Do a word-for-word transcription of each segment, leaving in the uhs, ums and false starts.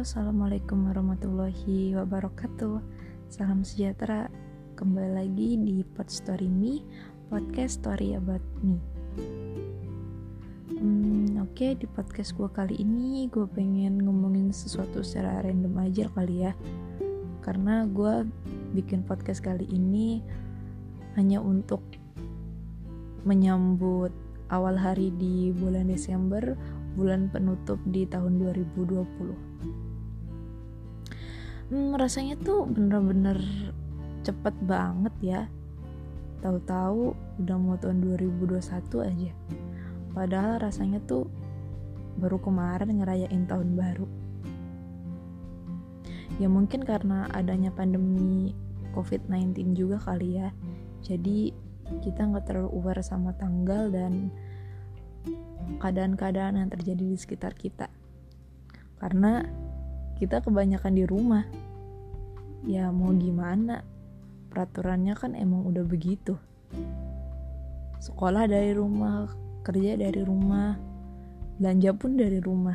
Assalamualaikum warahmatullahi wabarakatuh. Salam sejahtera. Kembali lagi di Pod Story Me, podcast story about me. Hmm, Oke, okay, di podcast gue kali ini gue pengen ngomongin sesuatu secara random aja kali ya. Karena gue bikin podcast kali ini hanya untuk menyambut awal hari di bulan Desember, bulan penutup di tahun dua ribu dua puluh. Hmm, rasanya tuh bener-bener cepet banget ya. Tahu-tahu udah mau tahun dua ribu dua puluh satu aja. Padahal rasanya tuh baru kemarin ngerayain tahun baru. Ya mungkin karena adanya pandemi covid sembilan belas juga kali ya. Jadi kita gak terlalu aware sama tanggal dan keadaan-keadaan yang terjadi di sekitar kita. Karena kita kebanyakan di rumah. Ya mau gimana, peraturannya kan emang udah begitu. Sekolah dari rumah, kerja dari rumah, belanja pun dari rumah.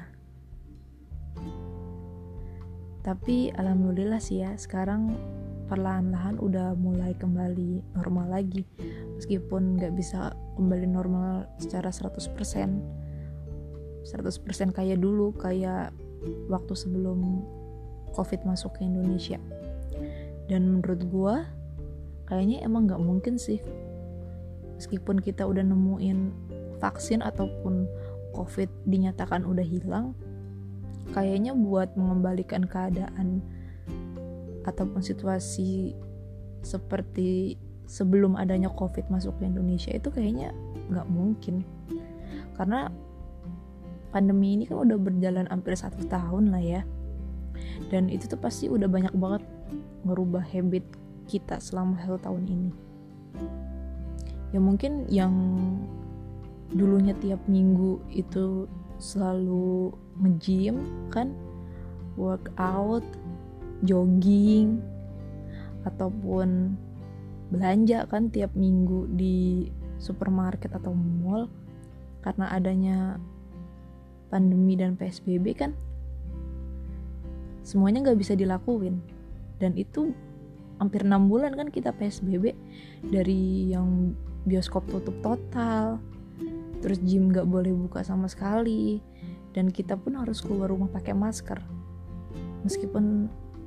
Tapi alhamdulillah sih ya, sekarang perlahan-lahan udah mulai kembali normal lagi. Meskipun gak bisa kembali normal secara seratus persen seratus persen kayak dulu, kayak waktu sebelum Covid masuk ke Indonesia. Dan menurut gue kayaknya emang gak mungkin sih, meskipun kita udah nemuin vaksin ataupun Covid dinyatakan udah hilang, kayaknya buat mengembalikan keadaan ataupun situasi seperti sebelum adanya Covid masuk ke Indonesia itu kayaknya gak mungkin. Karena pandemi ini kan udah berjalan hampir satu tahun lah ya. Dan itu tuh pasti udah banyak banget ngerubah habit kita selama satu tahun ini. Ya mungkin yang dulunya tiap minggu itu selalu nge-gym kan, workout, jogging, ataupun belanja kan tiap minggu di supermarket atau mall, karena adanya pandemi dan P S B B kan semuanya gak bisa dilakuin. Dan itu hampir enam bulan kan kita P S B B, dari yang bioskop tutup total, terus gym gak boleh buka sama sekali, dan kita pun harus keluar rumah pakai masker. Meskipun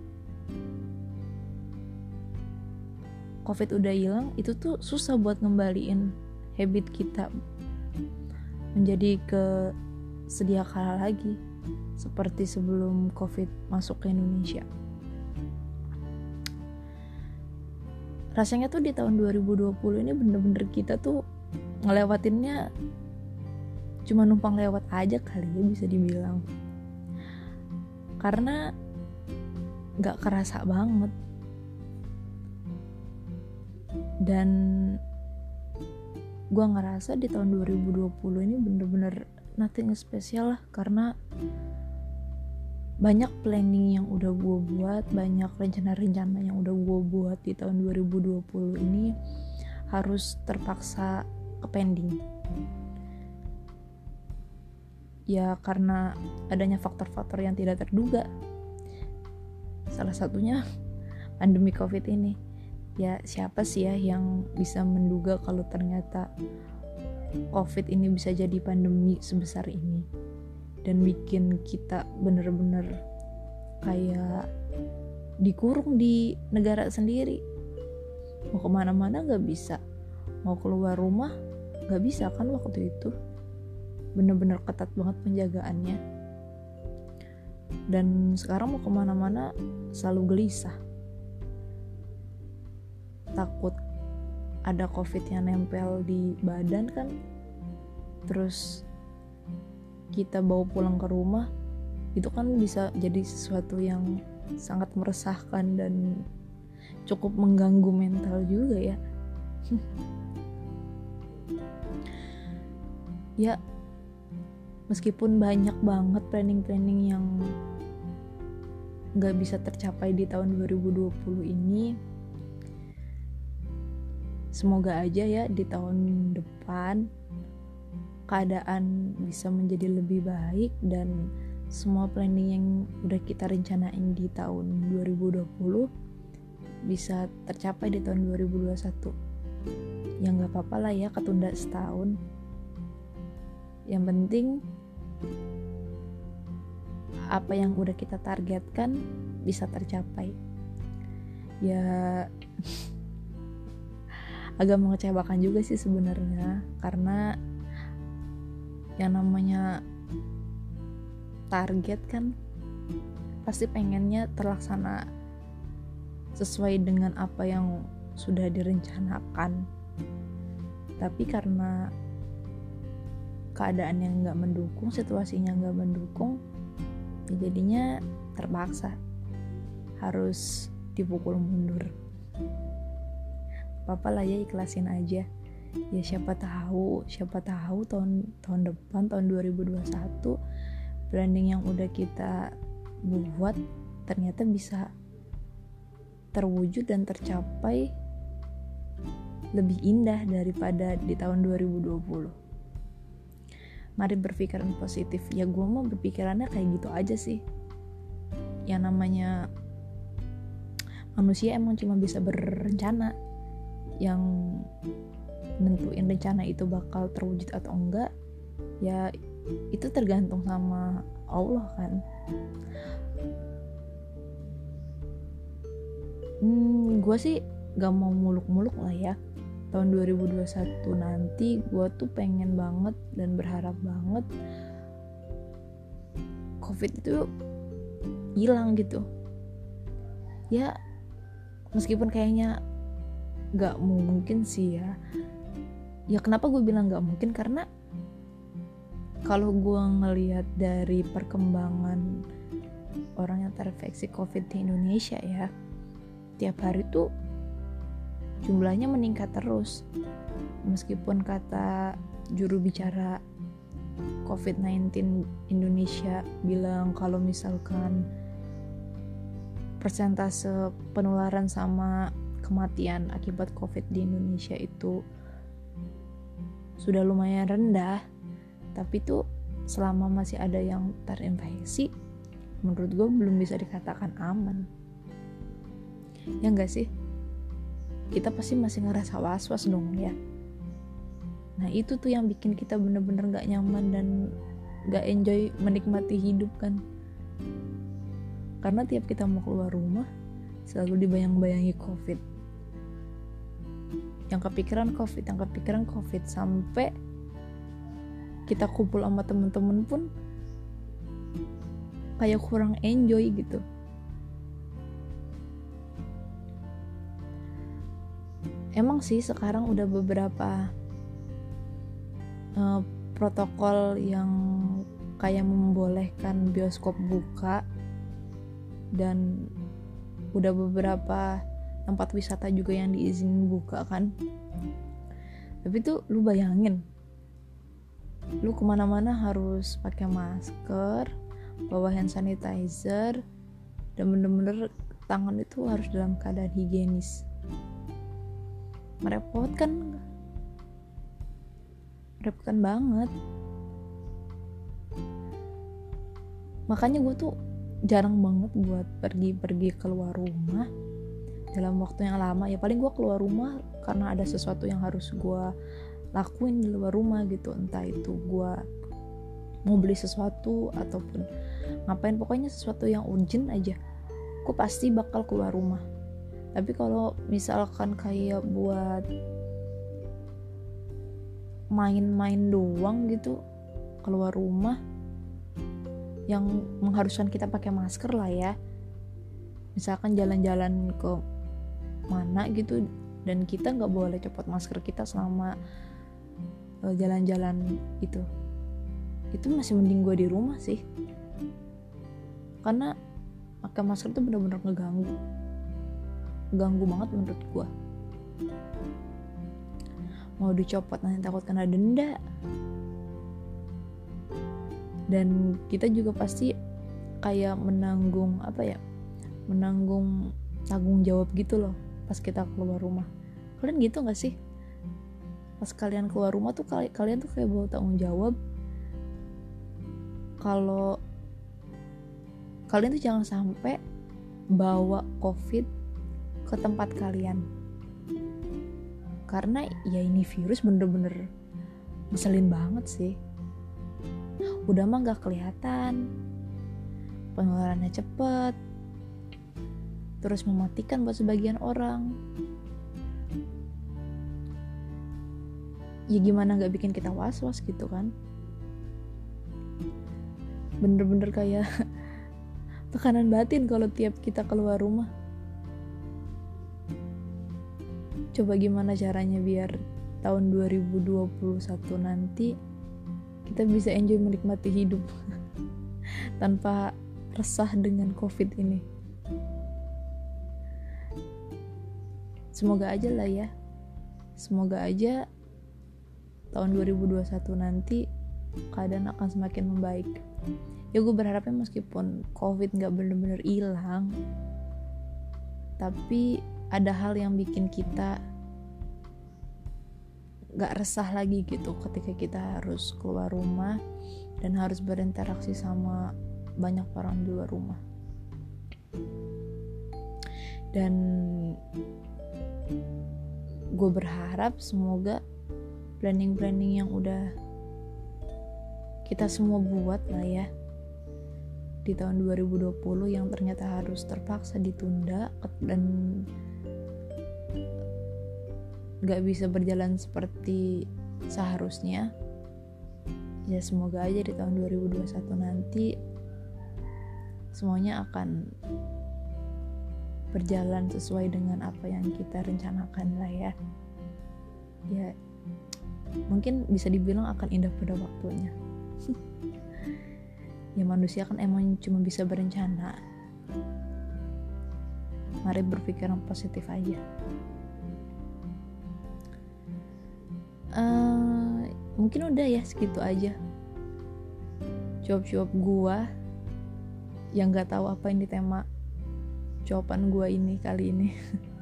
Covid udah hilang, itu tuh susah buat ngembaliin habit kita menjadi ke sedia kala lagi seperti sebelum Covid masuk ke Indonesia. Rasanya tuh di tahun dua ribu dua puluh ini bener-bener kita tuh ngelewatinnya cuma numpang lewat aja kali ya, bisa dibilang. Karena gak kerasa banget. Dan gue ngerasa di tahun dua ribu dua puluh ini bener-bener nothing spesial lah, karena banyak planning yang udah gue buat, banyak rencana-rencana yang udah gue buat di tahun dua ribu dua puluh ini harus terpaksa ke pending. Ya karena adanya faktor-faktor yang tidak terduga. Salah satunya pandemi Covid ini. Ya siapa sih ya yang bisa menduga kalau ternyata Covid ini bisa jadi pandemi sebesar ini dan bikin kita bener-bener kayak dikurung di negara sendiri. Mau kemana-mana gak bisa, mau keluar rumah gak bisa kan waktu itu. Bener-bener ketat banget penjagaannya. Dan sekarang mau kemana-mana selalu gelisah, takut ada Covid yang nempel di badan kan, terus kita bawa pulang ke rumah, itu kan bisa jadi sesuatu yang sangat meresahkan dan cukup mengganggu mental juga ya. Ya meskipun banyak banget planning-planning yang gak bisa tercapai di tahun dua ribu dua puluh ini, semoga aja ya di tahun depan keadaan bisa menjadi lebih baik dan semua planning yang udah kita rencanain di tahun dua ribu dua puluh bisa tercapai di tahun dua ribu dua puluh satu. Ya nggak apa-apa lah ya ketunda setahun. Yang penting apa yang udah kita targetkan bisa tercapai. Ya agak mengecewakan juga sih sebenarnya, karena yang namanya target kan pasti pengennya terlaksana sesuai dengan apa yang sudah direncanakan. Tapi karena keadaan yang gak mendukung, situasinya gak mendukung, ya jadinya terpaksa harus dipukul mundur. Apa-apa lah ya, ikhlasin aja. Ya siapa tahu, siapa tahu tahun tahun depan, tahun dua ribu dua puluh satu, planning yang udah kita buat ternyata bisa terwujud dan tercapai lebih indah daripada di tahun dua ribu dua puluh. Mari berpikiran positif. Ya gue mah berpikirannya kayak gitu aja sih. Yang namanya manusia emang cuma bisa berencana. Yang nentuin rencana itu bakal terwujud atau enggak, ya itu tergantung sama Allah kan. Hmm, gue sih gak mau muluk-muluk lah ya. Tahun dua ribu dua puluh satu nanti gue tuh pengen banget dan berharap banget COVID itu hilang gitu. Ya meskipun kayaknya gak mungkin sih ya. Ya kenapa gue bilang gak mungkin, karena kalau gue ngelihat dari perkembangan orang yang terinfeksi COVID di Indonesia ya, tiap hari tuh jumlahnya meningkat terus. Meskipun kata juru bicara covid sembilan belas Indonesia bilang kalau misalkan persentase penularan sama kematian akibat COVID di Indonesia itu sudah lumayan rendah, tapi tuh selama masih ada yang terinfeksi, menurut gue belum bisa dikatakan aman. Ya enggak sih? Kita pasti masih ngerasa was-was dong ya. Nah itu tuh yang bikin kita bener-bener gak nyaman dan gak enjoy menikmati hidup kan. Karena tiap kita mau keluar rumah selalu dibayang-bayangi COVID. Yang kepikiran COVID, yang kepikiran COVID, sampai kita kumpul sama temen-temen pun kayak kurang enjoy gitu. Emang sih sekarang udah beberapa uh, protokol yang kayak membolehkan bioskop buka, dan udah beberapa tempat wisata juga yang diizinin buka kan. Tapi tuh lu bayangin, lu kemana-mana harus pakai masker, bawa hand sanitizer, dan bener-bener tangan itu harus dalam keadaan higienis. Merepotkan, merepotkan banget. Makanya gue tuh jarang banget buat pergi-pergi keluar rumah dalam waktu yang lama. Ya paling gue keluar rumah karena ada sesuatu yang harus gue lakuin di luar rumah gitu, entah itu gue mau beli sesuatu ataupun ngapain, pokoknya sesuatu yang urgent aja gue pasti bakal keluar rumah. Tapi kalau misalkan kayak buat main-main doang gitu keluar rumah yang mengharuskan kita pakai masker lah ya, misalkan jalan-jalan ke mana gitu dan kita nggak boleh copot masker kita selama uh, jalan-jalan itu, itu masih mending gue di rumah sih, karena pakai masker itu benar-benar ngeganggu, ngeganggu banget menurut gue. Mau dicopot nanti takut kena denda, dan kita juga pasti kayak menanggung apa ya, menanggung tanggung jawab gitu loh pas kita keluar rumah. Kalian gitu nggak sih? Pas kalian keluar rumah tuh kalian tuh kayak bawa tanggung jawab. Kalau kalian tuh jangan sampai bawa covid ke tempat kalian, karena ya ini virus bener-bener ngeselin banget sih. Udah mah gak kelihatan, penularannya cepet, terus mematikan buat sebagian orang. Ya gimana gak bikin kita was-was gitu kan. Bener-bener kayak tekanan batin kalau tiap kita keluar rumah. Coba gimana caranya biar tahun dua ribu dua puluh satu nanti kita bisa enjoy menikmati hidup tanpa resah dengan covid ini. Semoga aja lah ya, semoga aja tahun dua ribu dua puluh satu nanti keadaan akan semakin membaik. Ya gue berharapnya meskipun covid gak bener-bener hilang, tapi ada hal yang bikin kita gak resah lagi gitu ketika kita harus keluar rumah dan harus berinteraksi sama banyak orang di luar rumah. Dan gue berharap semoga planning-planning yang udah kita semua buat lah ya di tahun dua ribu dua puluh yang ternyata harus terpaksa ditunda dan gak bisa berjalan seperti seharusnya, ya semoga aja di tahun dua ribu dua puluh satu nanti semuanya akan berjalan sesuai dengan apa yang kita rencanakan lah ya. Ya mungkin bisa dibilang akan indah pada waktunya. Ya manusia kan emang cuma bisa berencana. Mari berpikir yang positif aja. Uh, mungkin udah ya segitu aja jawab-jawab gua yang gak tahu apa ini tema jawaban gua ini kali ini.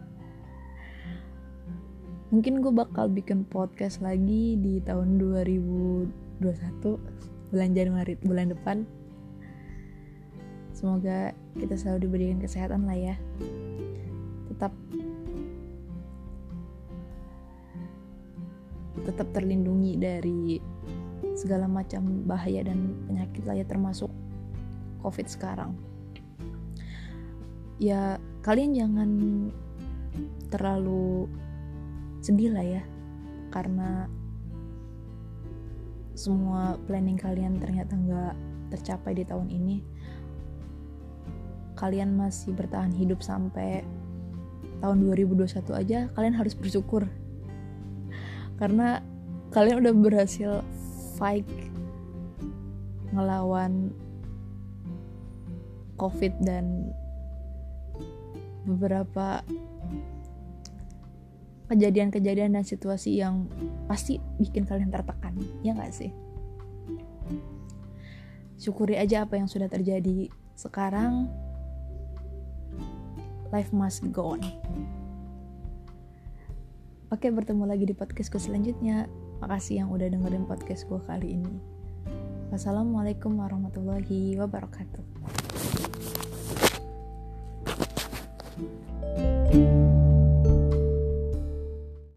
Mungkin gue bakal bikin podcast lagi di tahun dua ribu dua puluh satu bulan Januari bulan depan. Semoga kita selalu diberikan kesehatan lah ya. Tetap tetap terlindungi dari segala macam bahaya dan penyakit lah ya, termasuk covid sekarang. Ya kalian jangan terlalu sedih lah ya, karena semua planning kalian ternyata gak tercapai di tahun ini. Kalian masih bertahan hidup sampai tahun dua ribu dua puluh satu aja, kalian harus bersyukur karena kalian udah berhasil fight ngelawan covid dan beberapa kejadian-kejadian dan situasi yang pasti bikin kalian tertekan, ya gak sih? Syukuri aja apa yang sudah terjadi. Sekarang life must go on. Oke, bertemu lagi di podcastku selanjutnya. Makasih yang udah dengerin podcast gue kali ini. Wassalamualaikum warahmatullahi wabarakatuh.